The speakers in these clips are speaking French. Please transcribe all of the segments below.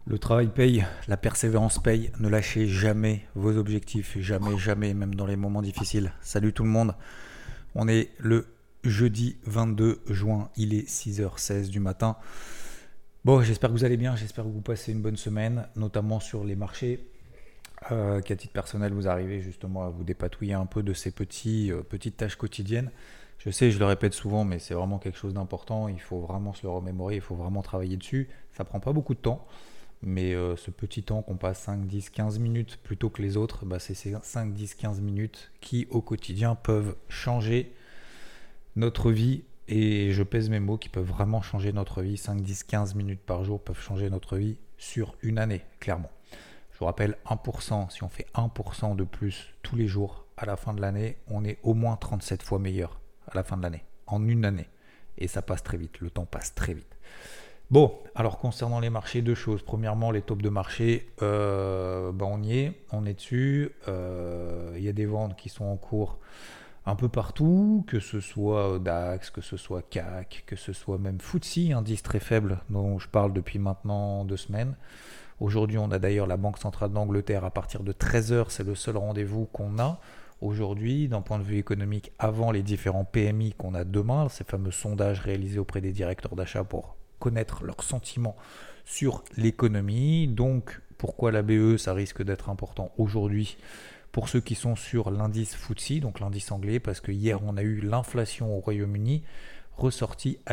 Le travail paye, la persévérance paye. Ne lâchez jamais vos objectifs, jamais, jamais, même dans les moments difficiles. Salut tout le monde, on est le jeudi 22 juin, il est 6h16 du matin. Bon, j'espère que vous allez bien, j'espère que vous passez une bonne semaine, notamment sur les marchés. Qu'à titre personnel, vous arrivez justement à vous dépatouiller un peu de ces petites tâches quotidiennes. Je sais, je le répète souvent, mais c'est vraiment quelque chose d'important. Il faut vraiment se le remémorer, il faut vraiment travailler dessus. Ça prend pas beaucoup de temps. Mais ce petit temps qu'on passe 5, 10, 15 minutes plutôt que les autres, c'est ces 5, 10, 15 minutes qui au quotidien peuvent changer notre vie. Et je pèse mes mots, qui peuvent vraiment changer notre vie. 5, 10, 15 minutes par jour peuvent changer notre vie sur une année, clairement. Je vous rappelle, 1%, si on fait 1% de plus tous les jours à la fin de l'année, on est au moins 37 fois meilleur à la fin de l'année, en une année. Et ça passe très vite, le temps passe très vite. Bon, alors concernant les marchés, deux choses. Premièrement, les taupes de marché, on on est dessus. Il y a des ventes qui sont en cours un peu partout, que ce soit DAX, que ce soit CAC, que ce soit même FTSE, indice très faible dont je parle depuis maintenant 2 semaines. Aujourd'hui, on a d'ailleurs la Banque centrale d'Angleterre à partir de 13h, c'est le seul rendez-vous qu'on a aujourd'hui d'un point de vue économique avant les différents PMI qu'on a demain, ces fameux sondages réalisés auprès des directeurs d'achat pour connaître leurs sentiments sur l'économie. Donc pourquoi la BE, ça risque d'être important aujourd'hui pour ceux qui sont sur l'indice FTSE, donc l'indice anglais, parce que hier on a eu l'inflation au Royaume-Uni ressortie à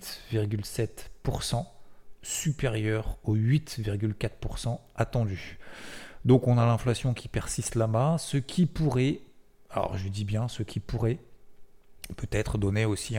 8,7%, supérieure aux 8,4% attendus. Donc on a l'inflation qui persiste là-bas, ce qui pourrait, alors je dis bien ce qui pourrait peut-être donner aussi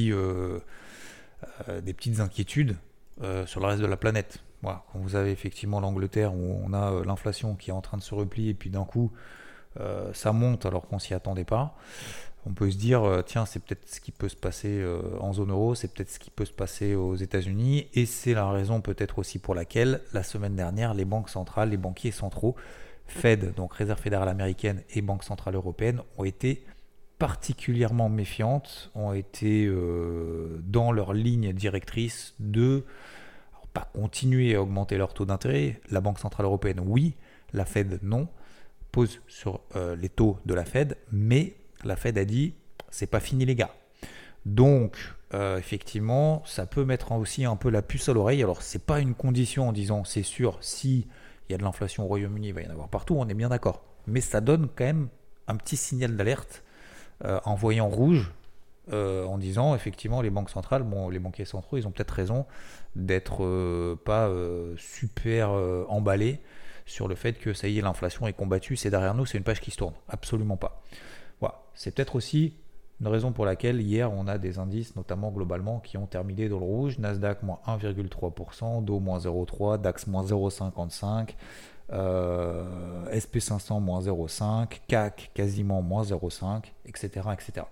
des petites inquiétudes sur le reste de la planète. Voilà. Quand vous avez effectivement l'Angleterre où on a l'inflation qui est en train de se replier et puis d'un coup ça monte alors qu'on s'y attendait pas, on peut se dire tiens, c'est peut-être ce qui peut se passer en zone euro, c'est peut-être ce qui peut se passer aux États-Unis, et c'est la raison peut-être aussi pour laquelle la semaine dernière les banques centrales, les banquiers centraux, Fed, donc Réserve fédérale américaine, et Banque centrale européenne ont été particulièrement méfiantes, ont été dans leur ligne directrice de pas continuer à augmenter leur taux d'intérêt. La Banque centrale européenne, oui, la Fed, non, pose sur les taux de la Fed, mais la Fed a dit c'est pas fini les gars. Donc effectivement, ça peut mettre aussi un peu la puce à l'oreille. Alors c'est pas une condition en disant c'est sûr, si il y a de l'inflation au Royaume-Uni, il va y en avoir partout, on est bien d'accord. Mais ça donne quand même un petit signal d'alerte en voyant rouge, en disant effectivement les banques centrales, les banquiers centraux, ils ont peut-être raison d'être pas super emballés sur le fait que ça y est, l'inflation est combattue, c'est derrière nous, c'est une page qui se tourne. Absolument pas. Voilà. C'est peut-être aussi une raison pour laquelle hier on a des indices, notamment globalement, qui ont terminé dans le rouge. Nasdaq moins 1,3%, Dow moins 0,3%, DAX moins 0,55%, SP500 moins 0,5%, CAC quasiment moins 0,5%, etc. etc.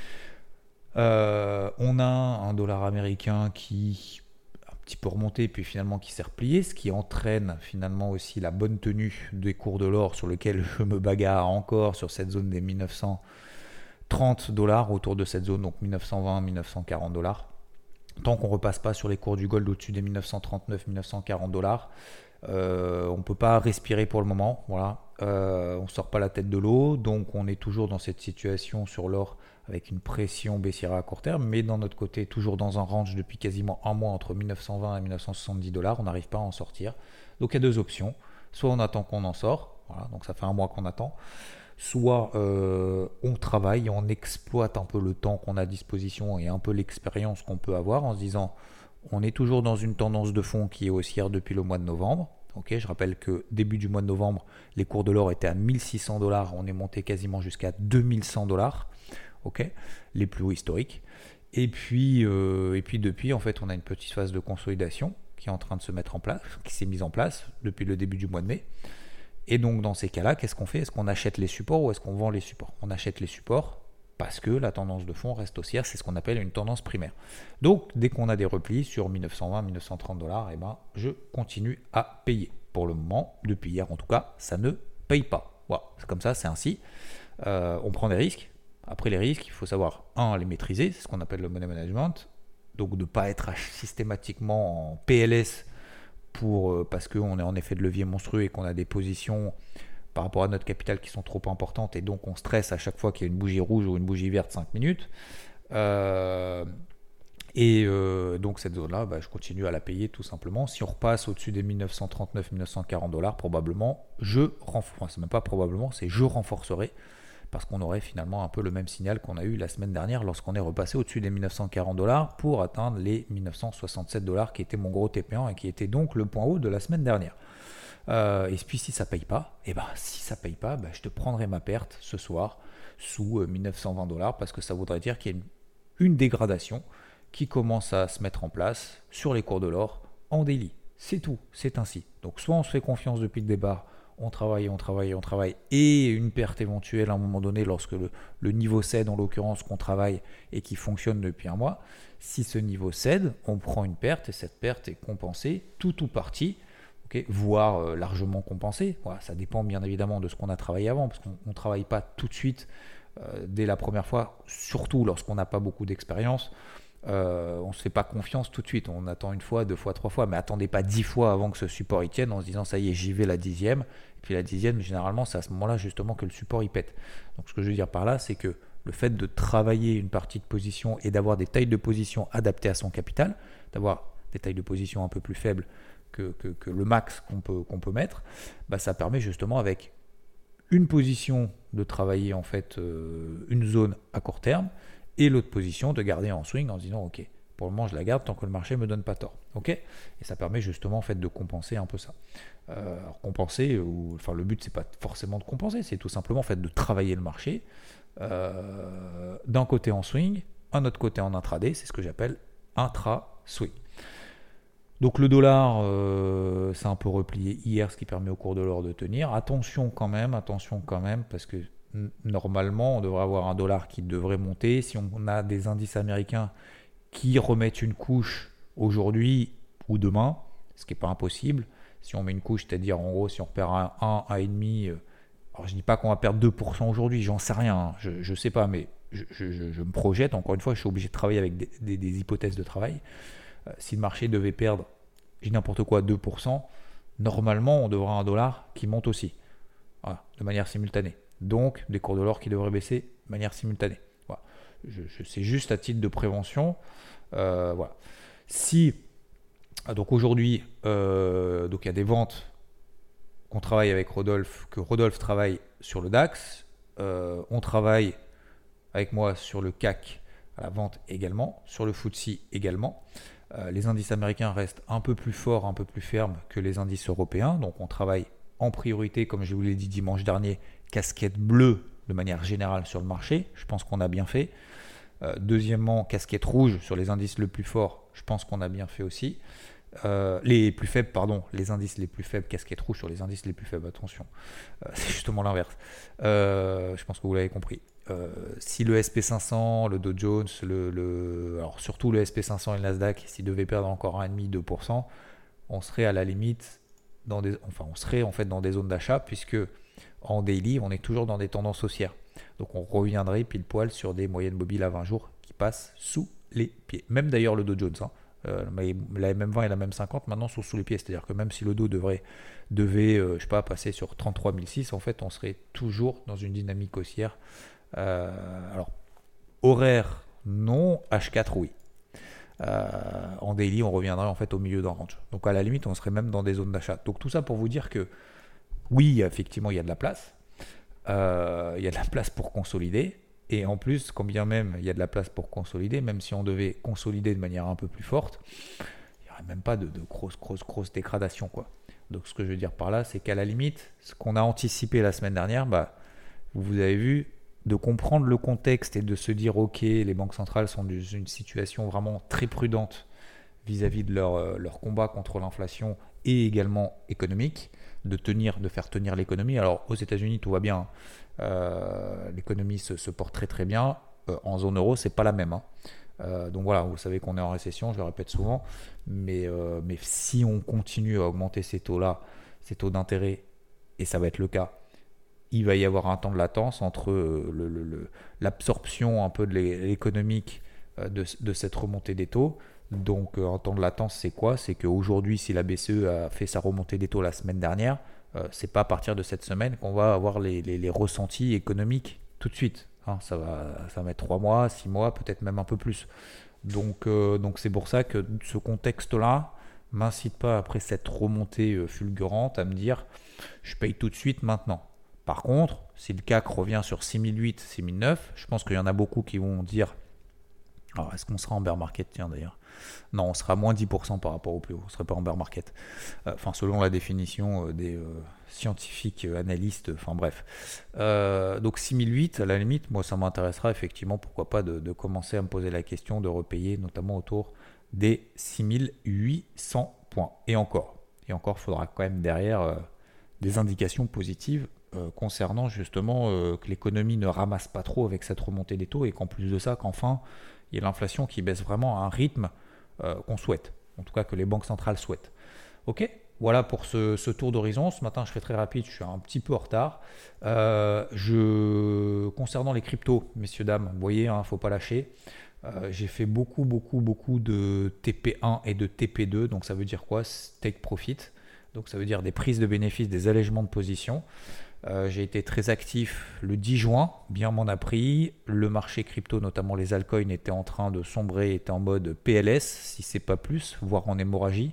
On a un dollar américain qui un petit peu remonté, puis finalement qui s'est replié, ce qui entraîne finalement aussi la bonne tenue des cours de l'or sur lequel je me bagarre encore sur cette zone des 1930 dollars, autour de cette zone, donc 1920, 1940 dollars. Tant qu'on ne repasse pas sur les cours du gold au-dessus des 1939, 1940 dollars, on ne peut pas respirer pour le moment. Voilà. On ne sort pas la tête de l'eau, donc on est toujours dans cette situation sur l'or avec une pression baissière à court terme, mais d'un autre côté, toujours dans un range depuis quasiment un mois entre 1920 et 1970 dollars, on n'arrive pas à en sortir. Donc il y a deux options. Soit on attend qu'on en sort, voilà, donc ça fait un mois qu'on attend, soit on travaille, on exploite un peu le temps qu'on a à disposition et un peu l'expérience qu'on peut avoir en se disant on est toujours dans une tendance de fond qui est haussière depuis le mois de novembre. Okay, je rappelle que début du mois de novembre, les cours de l'or étaient à 1600 dollars, on est monté quasiment jusqu'à 2100 dollars. Okay, les plus hauts historiques. Et puis depuis, en fait, on a une petite phase de consolidation qui est en train de se mettre en place, qui s'est mise en place depuis le début du mois de mai. Et donc dans ces cas-là, qu'est-ce qu'on fait? Est-ce qu'on achète les supports ou est-ce qu'on vend les supports? On achète les supports parce que la tendance de fond reste haussière, c'est ce qu'on appelle une tendance primaire. Donc dès qu'on a des replis sur 1920, 1930 dollars, je continue à payer. Pour le moment, depuis hier en tout cas, ça ne paye pas. Voilà, c'est comme ça, c'est ainsi. On prend des risques. Après les risques, il faut savoir, les maîtriser, c'est ce qu'on appelle le money management, donc de ne pas être systématiquement en PLS parce qu'on est en effet de levier monstrueux et qu'on a des positions par rapport à notre capital qui sont trop importantes et donc on stresse à chaque fois qu'il y a une bougie rouge ou une bougie verte 5 minutes. Donc cette zone-là, je continue à la payer tout simplement. Si on repasse au-dessus des 1939-1940 dollars, probablement, c'est même pas probablement, c'est je renforcerai parce qu'on aurait finalement un peu le même signal qu'on a eu la semaine dernière lorsqu'on est repassé au-dessus des 1940 dollars pour atteindre les 1967 dollars qui était mon gros TP1 et qui était donc le point haut de la semaine dernière. Et puis si ça paye pas, je te prendrai ma perte ce soir sous 1920 dollars parce que ça voudrait dire qu'il y a une dégradation qui commence à se mettre en place sur les cours de l'or en daily. C'est tout, c'est ainsi. Donc soit on se fait confiance depuis le départ, on travaille, et une perte éventuelle à un moment donné lorsque le niveau cède, en l'occurrence qu'on travaille et qui fonctionne depuis un mois. Si ce niveau cède, on prend une perte et cette perte est compensée, tout ou partie, voire largement compensée. Voilà, ça dépend bien évidemment de ce qu'on a travaillé avant, parce qu'on ne travaille pas tout de suite dès la première fois, surtout lorsqu'on n'a pas beaucoup d'expérience. On ne se fait pas confiance tout de suite, on attend une fois, 2 fois, 3 fois, mais attendez pas 10 fois avant que ce support y tienne en se disant ça y est, j'y vais la 10e, et puis la 10e, généralement c'est à ce moment là justement que le support y pète. Donc ce que je veux dire par là, c'est que le fait de travailler une partie de position et d'avoir des tailles de position adaptées à son capital, d'avoir des tailles de position un peu plus faibles que le max qu'on peut mettre, ça permet justement avec une position de travailler en fait une zone à court terme et l'autre position de garder en swing en se disant ok, pour le moment je la garde tant que le marché me donne pas tort, ok, et ça permet justement en fait de compenser un peu ça. Alors compenser, le but c'est pas forcément de compenser, c'est tout simplement en fait de travailler le marché d'un côté en swing, un autre côté en intraday, c'est ce que j'appelle intra swing. Donc le dollar c'est un peu replié hier, ce qui permet au cours de l'or de tenir. Attention quand même, parce que normalement, on devrait avoir un dollar qui devrait monter. Si on a des indices américains qui remettent une couche aujourd'hui ou demain, ce qui n'est pas impossible, si on met une couche, c'est-à-dire en gros, si on repère un 1, 1,5, alors je ne dis pas qu'on va perdre 2% aujourd'hui, j'en sais rien, hein, je ne sais pas, mais je me projette, encore une fois, je suis obligé de travailler avec des hypothèses de travail. Si le marché devait perdre, je dis n'importe quoi, 2%, normalement, on devrait avoir un dollar qui monte aussi, voilà, de manière simultanée. Donc des cours de l'or qui devraient baisser de manière simultanée. Voilà. C'est juste à titre de prévention. Voilà. Donc aujourd'hui, donc il y a des ventes qu'on travaille avec Rodolphe, que Rodolphe travaille sur le DAX. On travaille avec moi sur le CAC à la vente également, sur le FTSE également. Les indices américains restent un peu plus forts, un peu plus fermes que les indices européens. Donc on travaille en priorité, comme je vous l'ai dit dimanche dernier, casquette bleue de manière générale sur le marché. Je pense qu'on a bien fait. Deuxièmement, casquette rouge sur les indices les plus forts. Je pense qu'on a bien fait aussi. Les plus faibles, les indices les plus faibles, casquette rouge sur les indices les plus faibles. Attention, c'est justement l'inverse. Je pense que vous l'avez compris. Si le SP500, le Dow Jones, alors surtout le SP500 et le Nasdaq, s'ils devaient perdre encore 1,5-2%, on serait à la limite on serait en fait dans des zones d'achat, puisque en daily, on est toujours dans des tendances haussières. Donc on reviendrait pile poil sur des moyennes mobiles à 20 jours qui passent sous les pieds. Même d'ailleurs le Dow Jones, la MM20 et la MM50 maintenant sont sous les pieds. C'est-à-dire que même si le Dow devait passer sur 33 006, en fait on serait toujours dans une dynamique haussière. Alors horaire non, H4 oui. En daily, on reviendrait en fait au milieu d'un range. Donc à la limite, on serait même dans des zones d'achat. Donc tout ça pour vous dire que oui, effectivement, il y a de la place. Il y a de la place pour consolider. Et en plus, quand bien même il y a de la place pour consolider, même si on devait consolider de manière un peu plus forte, il n'y aurait même pas de grosse dégradation, quoi. Donc ce que je veux dire par là, c'est qu'à la limite, ce qu'on a anticipé la semaine dernière, vous avez vu, de comprendre le contexte et de se dire ok, les banques centrales sont dans une situation vraiment très prudente vis-à-vis de leur combat contre l'inflation et également économique, de faire tenir l'économie. Alors aux États-Unis tout va bien, l'économie se porte très très bien, en zone euro c'est pas la même, donc voilà, vous savez qu'on est en récession, je le répète souvent, mais si on continue à augmenter ces taux d'intérêt, et ça va être le cas, il va y avoir un temps de latence entre l'absorption un peu de l'économique de cette remontée des taux Donc en temps de latence, c'est quoi? C'est qu'aujourd'hui, si la BCE a fait sa remontée des taux la semaine dernière, c'est pas à partir de cette semaine qu'on va avoir les ressentis économiques tout de suite. Hein. Ça va mettre 3 mois, 6 mois, peut-être même un peu plus. Donc c'est pour ça que ce contexte-là m'incite pas après cette remontée fulgurante à me dire je paye tout de suite maintenant. Par contre, si le CAC revient sur 6008, 6009, je pense qu'il y en a beaucoup qui vont dire alors est-ce qu'on sera en bear market? Tiens d'ailleurs. Non, on sera à moins 10% par rapport au plus haut. On ne serait pas en bear market. Enfin, selon la définition des scientifiques, analystes, enfin bref. Donc 6008, à la limite, moi ça m'intéressera effectivement, pourquoi pas, de commencer à me poser la question de repayer, notamment autour des 6800 points. Et encore, il faudra quand même derrière des indications positives concernant justement que l'économie ne ramasse pas trop avec cette remontée des taux et qu'en plus de ça, qu'enfin, il y a l'inflation qui baisse vraiment à un rythme qu'on souhaite, en tout cas que les banques centrales souhaitent. Ok, voilà pour ce tour d'horizon. Ce matin, je fais très rapide, je suis un petit peu en retard. Concernant les cryptos, messieurs, dames, vous voyez, il ne faut pas lâcher. J'ai fait beaucoup de TP1 et de TP2, donc ça veut dire quoi? Take profit. Donc ça veut dire des prises de bénéfices, des allègements de position. J'ai été très actif le 10 juin, bien m'en a pris. Le marché crypto, notamment les altcoins, était en train de était en mode PLS, si c'est pas plus, voire en hémorragie.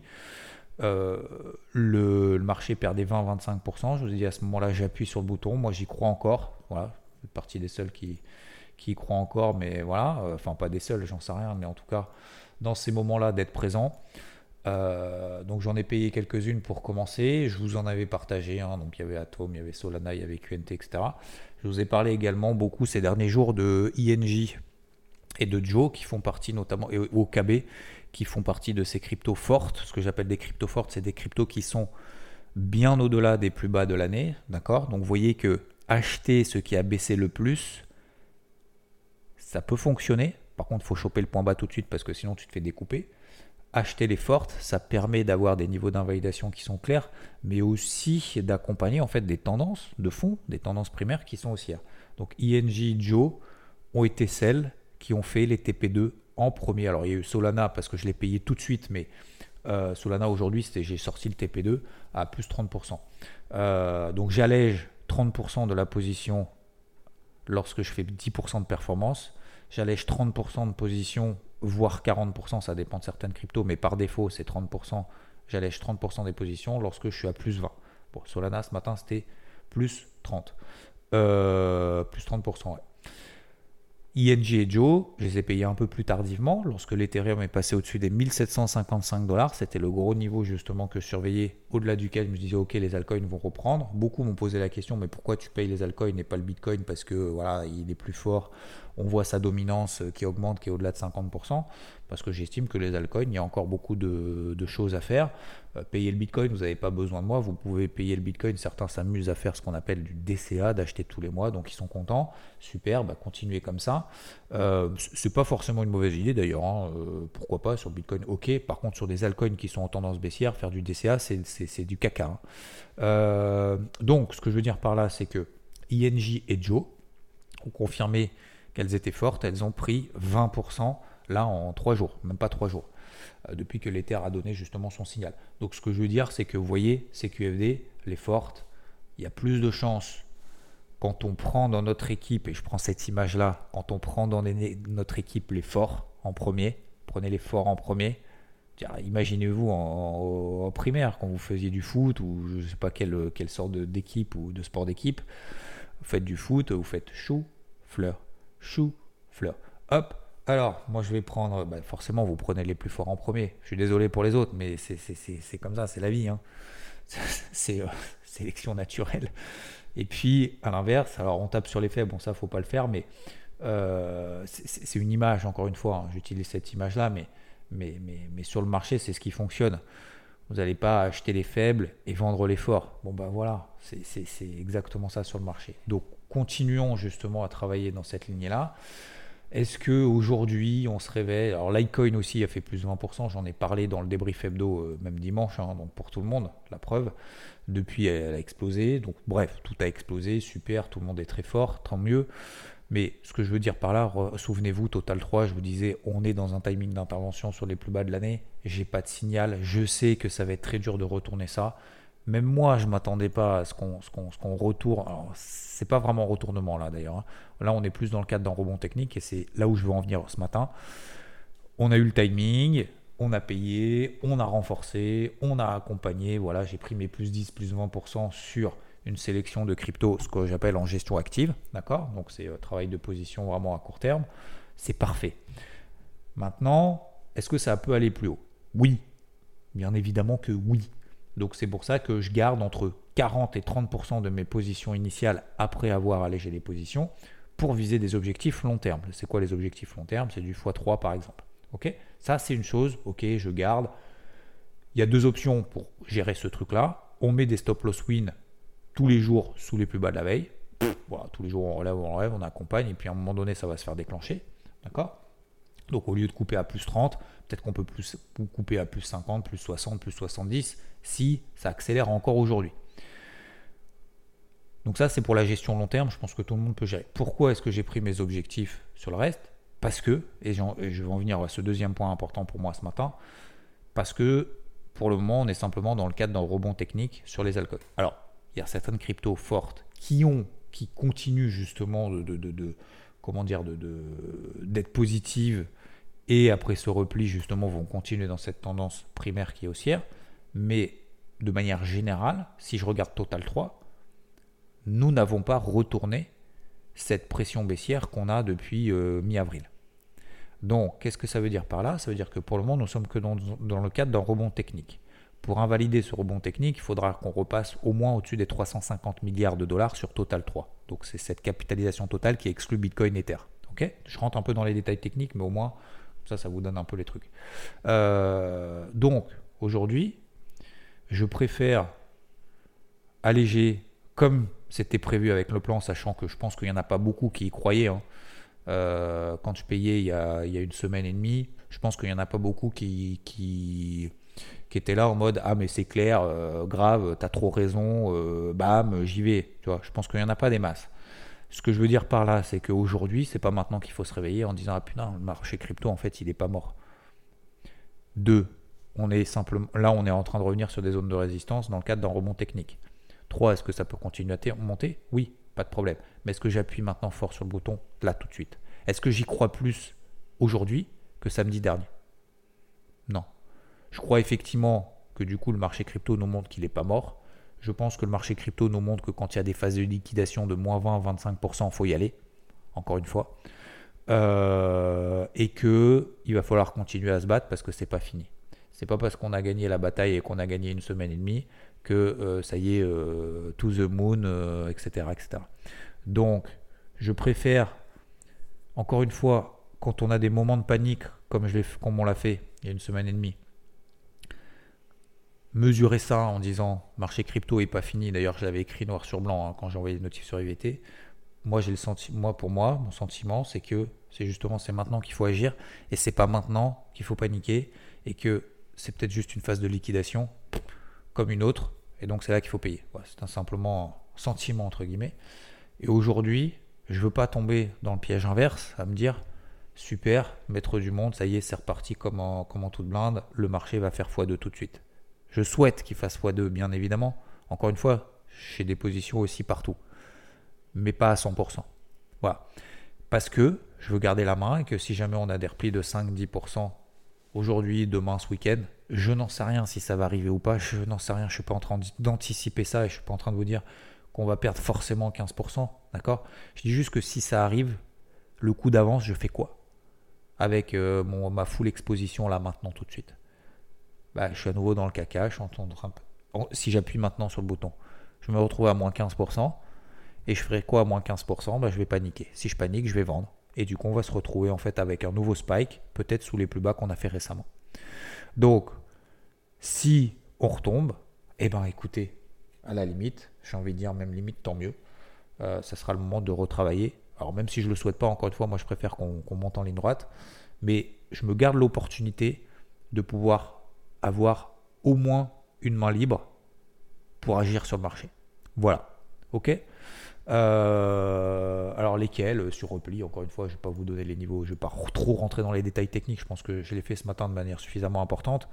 Le marché perdait 20-25%. Je vous ai dit à ce moment-là, j'appuie sur le bouton. Moi, j'y crois encore. Voilà, je fais partie des seuls qui y croient encore, mais voilà. Enfin, pas des seuls, j'en sais rien, mais en tout cas, dans ces moments-là, d'être présent. Donc j'en ai payé quelques-unes pour commencer, je vous en avais partagé, hein. Donc il y avait Atom, il y avait Solana, il y avait QNT, etc. Je vous ai parlé également beaucoup ces derniers jours de INJ et de Joe qui font partie notamment, et OKB qui font partie de ces cryptos fortes. Ce que j'appelle des cryptos fortes, c'est des cryptos qui sont bien au-delà des plus bas de l'année, d'accord? Donc vous voyez que acheter ce qui a baissé le plus, ça peut fonctionner. Par contre, il faut choper le point bas tout de suite parce que sinon tu te fais découper. Acheter les fortes, ça permet d'avoir des niveaux d'invalidation qui sont clairs, mais aussi d'accompagner en fait des tendances de fond, des tendances primaires qui sont haussières. Donc INJ, Joe ont été celles qui ont fait les TP2 en premier. Alors il y a eu Solana parce que je l'ai payé tout de suite, mais Solana aujourd'hui, j'ai sorti le TP2 à plus 30%. Donc j'allège 30% de la position lorsque je fais 10% de performance. J'allège 30% de position, voire 40%, ça dépend de certaines cryptos, mais par défaut, c'est 30%. J'allège 30% des positions lorsque je suis à plus 20. Bon, Solana, ce matin, c'était plus 30. Plus 30%, ouais. ING et Joe, je les ai payés un peu plus tardivement, lorsque l'Ethereum est passé au-dessus des 1755 $. C'était le gros niveau justement que je surveillais, au-delà duquel je me disais ok, les altcoins vont reprendre. Beaucoup m'ont posé la question, mais pourquoi tu payes les altcoins et pas le Bitcoin? Parce que voilà, il est plus fort, on voit sa dominance qui augmente, qui est au-delà de 50%, parce que j'estime que les altcoins, il y a encore beaucoup de choses à faire. Payer le Bitcoin, vous n'avez pas besoin de moi, vous pouvez payer le Bitcoin. Certains s'amusent à faire ce qu'on appelle du DCA, d'acheter tous les mois, donc ils sont contents. Super, continuez comme ça. C'est pas forcément une mauvaise idée d'ailleurs, hein. Pourquoi pas sur Bitcoin, ok. Par contre, sur des altcoins qui sont en tendance baissière, faire du DCA, c'est du caca, hein. Donc, ce que je veux dire par là, c'est que INJ et Joe ont confirmé qu'elles étaient fortes. Elles ont pris 20% là en 3 jours, même pas 3 jours, depuis que l'Ether a donné justement son signal. Donc ce que je veux dire, c'est que vous voyez, CQFD, les fortes, il y a plus de chances quand on prend dans notre équipe, et je prends cette image-là, quand on prend dans notre équipe les forts en premier, prenez les forts en premier. Imaginez-vous en primaire, quand vous faisiez du foot, ou je ne sais pas quelle sorte d'équipe ou de sport d'équipe, vous faites du foot, vous faites chou, fleur, hop. Alors, moi je vais prendre, forcément vous prenez les plus forts en premier. Je suis désolé pour les autres, mais c'est comme ça, c'est la vie, hein. C'est sélection naturelle. Et puis, à l'inverse, alors on tape sur les faibles, bon ça faut pas le faire, mais c'est une image, encore une fois, hein, j'utilise cette image-là, mais sur le marché, c'est ce qui fonctionne. Vous n'allez pas acheter les faibles et vendre les forts. Bon voilà, c'est exactement ça sur le marché. Donc, continuons justement à travailler dans cette lignée-là. Est-ce qu'aujourd'hui, on se réveille? Alors, Litecoin aussi a fait plus de 20%. J'en ai parlé dans le débrief hebdo, même dimanche, hein, donc pour tout le monde, la preuve. Depuis, elle a explosé. Donc, bref, tout a explosé. Super, tout le monde est très fort, tant mieux. Mais ce que je veux dire par là, souvenez-vous, Total 3, je vous disais, on est dans un timing d'intervention sur les plus bas de l'année. J'ai pas de signal. Je sais que ça va être très dur de retourner ça. Même moi, je ne m'attendais pas à ce qu'on retourne. Alors, c'est pas vraiment retournement là d'ailleurs, hein. Là, on est plus dans le cadre d'un rebond technique et c'est là où je veux en venir ce matin. On a eu le timing, on a payé, on a renforcé, on a accompagné. Voilà, j'ai pris mes plus 10, plus 20% sur une sélection de crypto, ce que j'appelle en gestion active. D'accord ? Donc, c'est travail de position vraiment à court terme. C'est parfait. Maintenant, est-ce que ça peut aller plus haut ? Oui. Bien évidemment que oui. Donc, c'est pour ça que je garde entre 40 et 30% de mes positions initiales après avoir allégé les positions pour viser des objectifs long terme. C'est quoi les objectifs long terme ? C'est du x3 par exemple. Ok ? Ça, c'est une chose. Ok, je garde. Il y a deux options pour gérer ce truc-là. On met des stop-loss win tous les jours sous les plus bas de la veille. Voilà, tous les jours, on relève, on accompagne. Et puis, à un moment donné, ça va se faire déclencher. D'accord ? Donc, au lieu de couper à plus 30, peut-être qu'on peut plus couper à plus 50, plus 60, plus 70 si ça accélère encore aujourd'hui. Donc ça, c'est pour la gestion long terme. Je pense que tout le monde peut gérer. Pourquoi est-ce que j'ai pris mes objectifs sur le reste ? Parce que, et je vais en venir à ce deuxième point important pour moi ce matin, parce que pour le moment, on est simplement dans le cadre d'un rebond technique sur les altcoins. Alors, il y a certaines cryptos fortes qui continuent justement d'être positives et après ce repli justement vont continuer dans cette tendance primaire qui est haussière. Mais de manière générale, si je regarde Total 3, nous n'avons pas retourné cette pression baissière qu'on a depuis mi-avril. Donc, qu'est-ce que ça veut dire par là ? Ça veut dire que pour le moment, nous ne sommes que dans le cadre d'un rebond technique. Pour invalider ce rebond technique, il faudra qu'on repasse au moins au-dessus des 350 milliards de dollars sur Total 3. Donc, c'est cette capitalisation totale qui exclut Bitcoin et Ether. Okay ? Je rentre un peu dans les détails techniques, mais au moins, ça vous donne un peu les trucs. Donc, aujourd'hui, je préfère alléger comme c'était prévu avec le plan, sachant que je pense qu'il n'y en a pas beaucoup qui y croyaient. Hein. Quand je payais il y a une semaine et demie, je pense qu'il n'y en a pas beaucoup qui étaient là en mode « Ah mais c'est clair, grave, t'as trop raison, bam, j'y vais ». Tu vois, je pense qu'il n'y en a pas des masses. Ce que je veux dire par là, c'est qu'aujourd'hui, c'est pas maintenant qu'il faut se réveiller en disant « Ah putain, le marché crypto, en fait, il n'est pas mort ». 2. On est en train de revenir sur des zones de résistance dans le cadre d'un rebond technique. 3. Est-ce que ça peut continuer à monter ? Oui, pas de problème. Mais est-ce que j'appuie maintenant fort sur le bouton là tout de suite ? Est-ce que j'y crois plus aujourd'hui que samedi dernier ? Non. Je crois effectivement que du coup le marché crypto nous montre qu'il n'est pas mort. Je pense que le marché crypto nous montre que quand il y a des phases de liquidation de moins 20-25%, il faut y aller. Encore une fois. Et qu'il va falloir continuer à se battre parce que c'est pas fini. C'est pas parce qu'on a gagné la bataille et qu'on a gagné une semaine et demie que ça y est, to the moon, etc., etc. Donc, je préfère, encore une fois, quand on a des moments de panique, comme on l'a fait il y a une semaine et demie, mesurer ça en disant marché crypto est pas fini. D'ailleurs, je l'avais écrit noir sur blanc quand j'ai envoyé les notifs sur IVT. Pour moi, mon sentiment, c'est que c'est maintenant qu'il faut agir et c'est pas maintenant qu'il faut paniquer et que c'est peut-être juste une phase de liquidation comme une autre et donc c'est là qu'il faut payer. Voilà, c'est simplement un sentiment entre guillemets. Et aujourd'hui, je veux pas tomber dans le piège inverse à me dire super, maître du monde, ça y est, c'est reparti comme en toute blinde, le marché va faire x2 tout de suite. Je souhaite qu'il fasse x2 bien évidemment. Encore une fois, j'ai des positions aussi partout. Mais pas à 100%. Voilà. Parce que je veux garder la main et que si jamais on a des replis de 5-10% aujourd'hui, demain, ce week-end, je n'en sais rien si ça va arriver ou pas. Je n'en sais rien. Je ne suis pas en train d'anticiper ça et je ne suis pas en train de vous dire qu'on va perdre forcément 15%. D'accord ? Je dis juste que si ça arrive, le coup d'avance, je fais quoi ? Avec ma full exposition là maintenant tout de suite. Je suis à nouveau dans le caca. Si j'appuie maintenant sur le bouton, je me retrouve à moins 15%. Et je ferai quoi à moins 15% ? Je vais paniquer. Si je panique, je vais vendre. Et du coup, on va se retrouver en fait avec un nouveau spike, peut-être sous les plus bas qu'on a fait récemment. Donc, si on retombe, écoutez, à la limite, j'ai envie de dire même limite, tant mieux. Ça sera le moment de retravailler. Alors même si je ne le souhaite pas, encore une fois, moi je préfère qu'on monte en ligne droite. Mais je me garde l'opportunité de pouvoir avoir au moins une main libre pour agir sur le marché. Voilà. Ok. Alors lesquels sur repli, encore une fois, je ne vais pas vous donner les niveaux, je ne vais pas trop rentrer dans les détails techniques, je pense que je l'ai fait ce matin de manière suffisamment importante,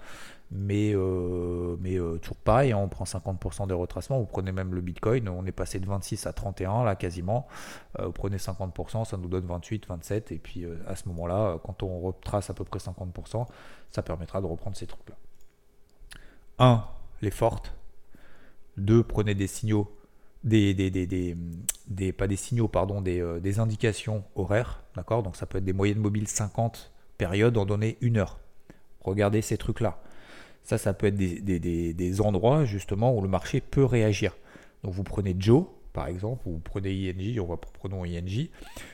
mais toujours pareil, hein, on prend 50% des retracements, vous prenez même le Bitcoin, on est passé de 26 à 31 là quasiment, vous prenez 50%, ça nous donne 28, 27, et puis à ce moment-là, quand on retrace à peu près 50%, ça permettra de reprendre ces trucs-là. 1. Les fortes. 2. Prenez des signaux pas des signaux, pardon, des indications horaires, d'accord. Donc ça peut être des moyennes mobiles 50 périodes en donné 1 heure. Regardez ces trucs-là. Ça peut être des endroits justement où le marché peut réagir. Donc vous prenez Joe, par exemple, ou vous prenez INJ, prenons INJ.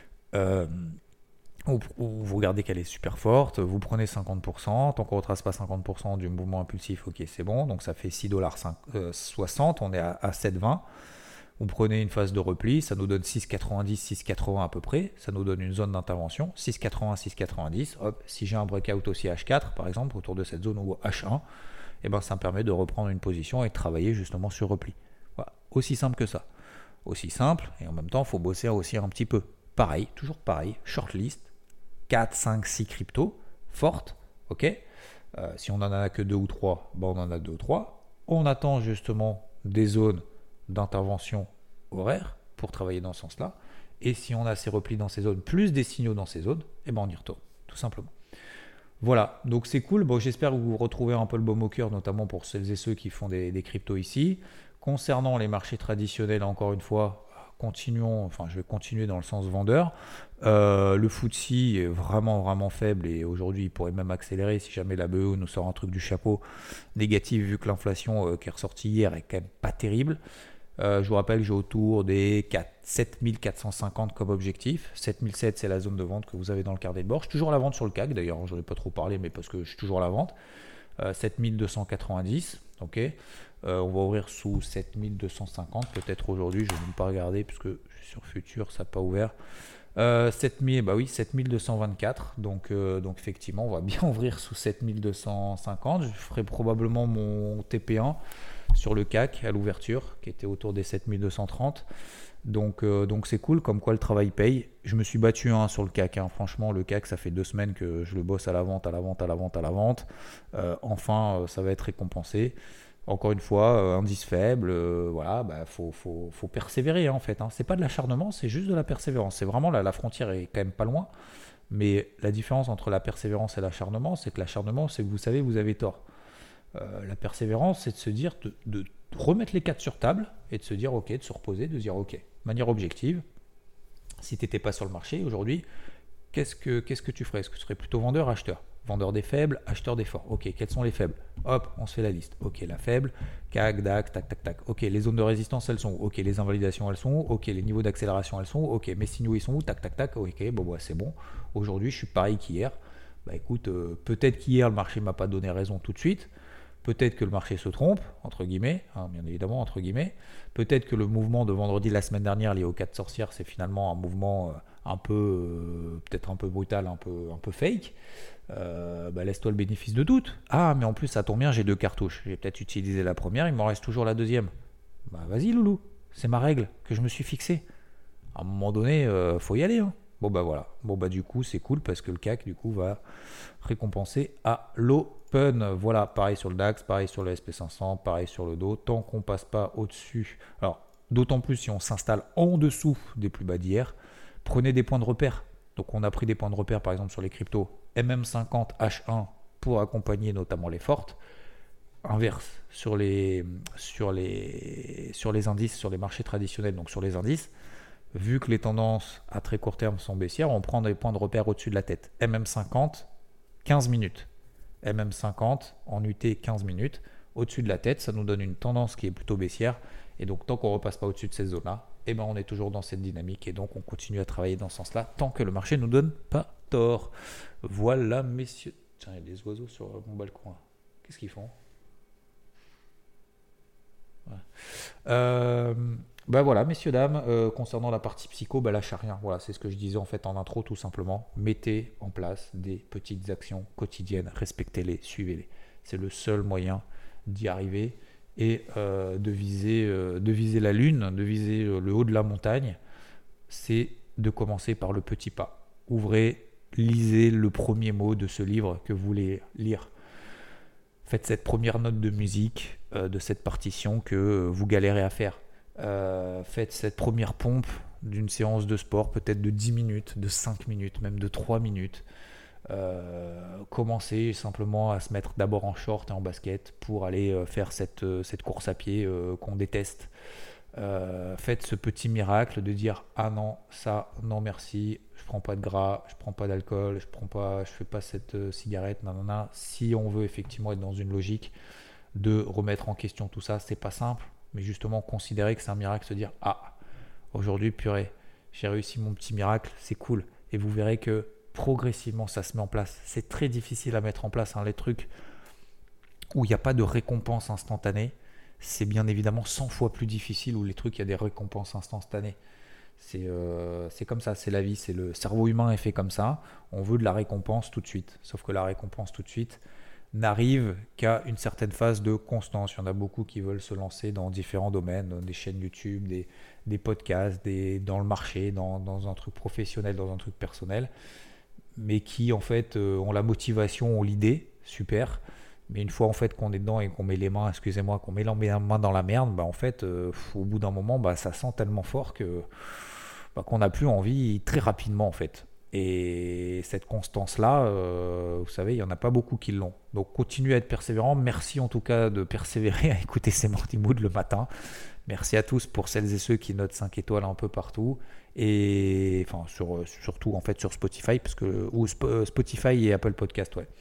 Vous regardez qu'elle est super forte, vous prenez 50%, tant qu'on ne retrace pas 50% du mouvement impulsif, ok c'est bon, donc ça fait 6,60$, on est à 7,20$. Vous prenez une phase de repli, ça nous donne 6,90, 6,80 à peu près, ça nous donne une zone d'intervention, 6,80, 6,90. Hop, si j'ai un breakout aussi H4 par exemple, autour de cette zone ou H1, et ben ça me permet de reprendre une position et de travailler justement sur repli. Voilà, aussi simple que ça. Aussi simple, et en même temps, il faut bosser aussi un petit peu. Pareil, toujours pareil, shortlist, 4, 5, 6 cryptos, fortes, ok. Si on n'en a que 2 ou 3, ben on en a 2 ou 3. On attend justement des zones d'intervention horaire pour travailler dans ce sens-là. Et si on a ces replis dans ces zones, plus des signaux dans ces zones, et ben on y retourne, tout simplement. Voilà, donc c'est cool. Bon, j'espère que vous retrouvez un peu le baume au cœur, notamment pour celles et ceux qui font des cryptos ici. Concernant les marchés traditionnels, encore une fois, je vais continuer dans le sens vendeur. Le FTSE est vraiment faible et aujourd'hui il pourrait même accélérer si jamais la BE nous sort un truc du chapeau négatif vu que l'inflation qui est ressortie hier est quand même pas terrible. Je vous rappelle que j'ai autour des 7450 comme objectif. 7007 c'est la zone de vente que vous avez dans le carnet de bord. Je suis toujours à la vente sur le CAC d'ailleurs, j'en ai pas trop parlé mais parce que je suis toujours à la vente. 7290, ok. On va ouvrir sous 7250 peut-être aujourd'hui, je ne vais même pas regarder puisque je suis sur Futur, ça n'a pas ouvert. 7224, donc effectivement on va bien ouvrir sous 7250. Je ferai probablement mon TP1 sur le CAC à l'ouverture qui était autour des 7230. Donc c'est cool, comme quoi le travail paye. Je me suis battu sur le CAC, franchement le CAC ça fait 2 semaines que je le bosse à la vente. Enfin ça va être récompensé. Encore une fois, indice faible, voilà, faut persévérer en fait. C'est pas de l'acharnement, c'est juste de la persévérance. C'est vraiment la frontière est quand même pas loin. Mais la différence entre la persévérance et l'acharnement, c'est que l'acharnement, c'est que vous savez, vous avez tort. La persévérance, c'est de se dire, de remettre les cartes sur table et de se dire, ok, de se reposer, de se dire, ok, de manière objective, si tu n'étais pas sur le marché aujourd'hui, qu'est-ce que tu ferais? Est-ce que tu serais plutôt vendeur, acheteur? Vendeur des faibles, acheteur des forts. Ok, quels sont les faibles? Hop, on se fait la liste. Ok, la faible, CAC, DAX, tac, tac, tac. Ok, les zones de résistance, elles sont où? Ok, les invalidations, elles sont où? Ok, les niveaux d'accélération, elles sont où? Ok, mes signaux, ils sont où? Tac, tac, tac. Ok, bon, c'est bon. Aujourd'hui, je suis pareil qu'hier. Écoute, peut-être qu'hier, le marché m'a pas donné raison tout de suite. Peut-être que le marché se trompe, entre guillemets, bien évidemment, entre guillemets. Peut-être que le mouvement de vendredi la semaine dernière lié aux 4 sorcières, c'est finalement un mouvement peut-être un peu brutal, un peu fake. Laisse-toi le bénéfice de doute. Ah, mais en plus, ça tombe bien, j'ai 2 cartouches. J'ai peut-être utilisé la première, il m'en reste toujours la deuxième. Vas-y, loulou, c'est ma règle que je me suis fixée. À un moment donné, faut y aller. Voilà. Du coup, c'est cool parce que le CAC, du coup, va récompenser à l'open. Voilà, pareil sur le DAX, pareil sur le SP500, pareil sur le DO. Tant qu'on passe pas au-dessus. Alors, d'autant plus si on s'installe en dessous des plus bas d'hier, prenez des points de repère. Donc, on a pris des points de repère, par exemple, sur les cryptos MM50, H1 pour accompagner notamment les fortes. Inverse sur les indices, sur les marchés traditionnels, donc sur les indices. Vu que les tendances à très court terme sont baissières, on prend des points de repère au-dessus de la tête. MM50, 15 minutes. MM50 en UT 15 minutes. Au-dessus de la tête, ça nous donne une tendance qui est plutôt baissière. Et donc, tant qu'on ne repasse pas au-dessus de ces zones-là, on est toujours dans cette dynamique. Et donc, on continue à travailler dans ce sens-là tant que le marché ne nous donne pas tort. Voilà, messieurs. Tiens, il y a des oiseaux sur mon balcon. Là. Qu'est-ce qu'ils font? Voilà, messieurs, dames, concernant la partie psycho, lâchez rien. Voilà, c'est ce que je disais en fait en intro, tout simplement. Mettez en place des petites actions quotidiennes, respectez-les, suivez-les. C'est le seul moyen d'y arriver. et de viser la lune, de viser le haut de la montagne, c'est de commencer par le petit pas. Ouvrez, lisez le premier mot de ce livre que vous voulez lire. Faites cette première note de musique de cette partition que vous galérez à faire. Faites cette première pompe d'une séance de sport, peut-être de 10 minutes, de 5 minutes, même de 3 minutes. Commencez simplement à se mettre d'abord en short et en basket pour aller faire cette course à pied qu'on déteste. Faites ce petit miracle de dire ah non, ça non merci, je prends pas de gras, je prends pas d'alcool, je fais pas cette cigarette, nanana. Si on veut effectivement être dans une logique de remettre en question tout ça, c'est pas simple, mais justement considérer que c'est un miracle, se dire ah aujourd'hui purée, j'ai réussi mon petit miracle, c'est cool. Et vous verrez que progressivement ça se met en place. C'est très difficile à mettre en place, les trucs où il n'y a pas de récompense instantanée. C'est bien évidemment 100 fois plus difficile où les trucs, il y a des récompenses instantanées. C'est comme ça, c'est la vie, c'est le cerveau humain est fait comme ça. On veut de la récompense tout de suite. Sauf que la récompense tout de suite n'arrive qu'à une certaine phase de constance. Il y en a beaucoup qui veulent se lancer dans différents domaines, des chaînes YouTube, des podcasts, dans le marché, dans un truc professionnel, dans un truc personnel, mais qui en fait ont la motivation, ont l'idée, super. Mais une fois en fait qu'on est dedans et qu'on met les mains, qu'on met les mains dans la merde, en fait, au bout d'un moment, ça sent tellement fort que qu'on n'a plus envie très rapidement en fait. Et cette constance-là, vous savez, il n'y en a pas beaucoup qui l'ont. Donc continuez à être persévérant. Merci en tout cas de persévérer à écouter ces Morning Mood le matin. Merci à tous pour celles et ceux qui notent 5 étoiles un peu partout. Et enfin, surtout en fait sur Spotify, ou Spotify et Apple Podcast, ouais.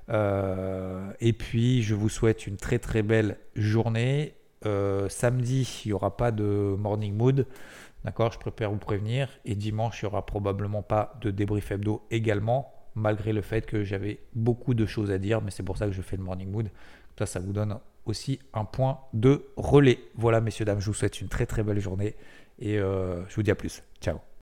Et puis je vous souhaite une très très belle journée. Samedi il n'y aura pas de morning mood, d'accord, je préfère vous prévenir, et dimanche il n'y aura probablement pas de débrief hebdo également, malgré le fait que j'avais beaucoup de choses à dire, mais c'est pour ça que je fais le morning mood. Ça vous donne aussi un point de relais. Voilà messieurs dames, je vous souhaite une très très belle journée et je vous dis à plus, ciao.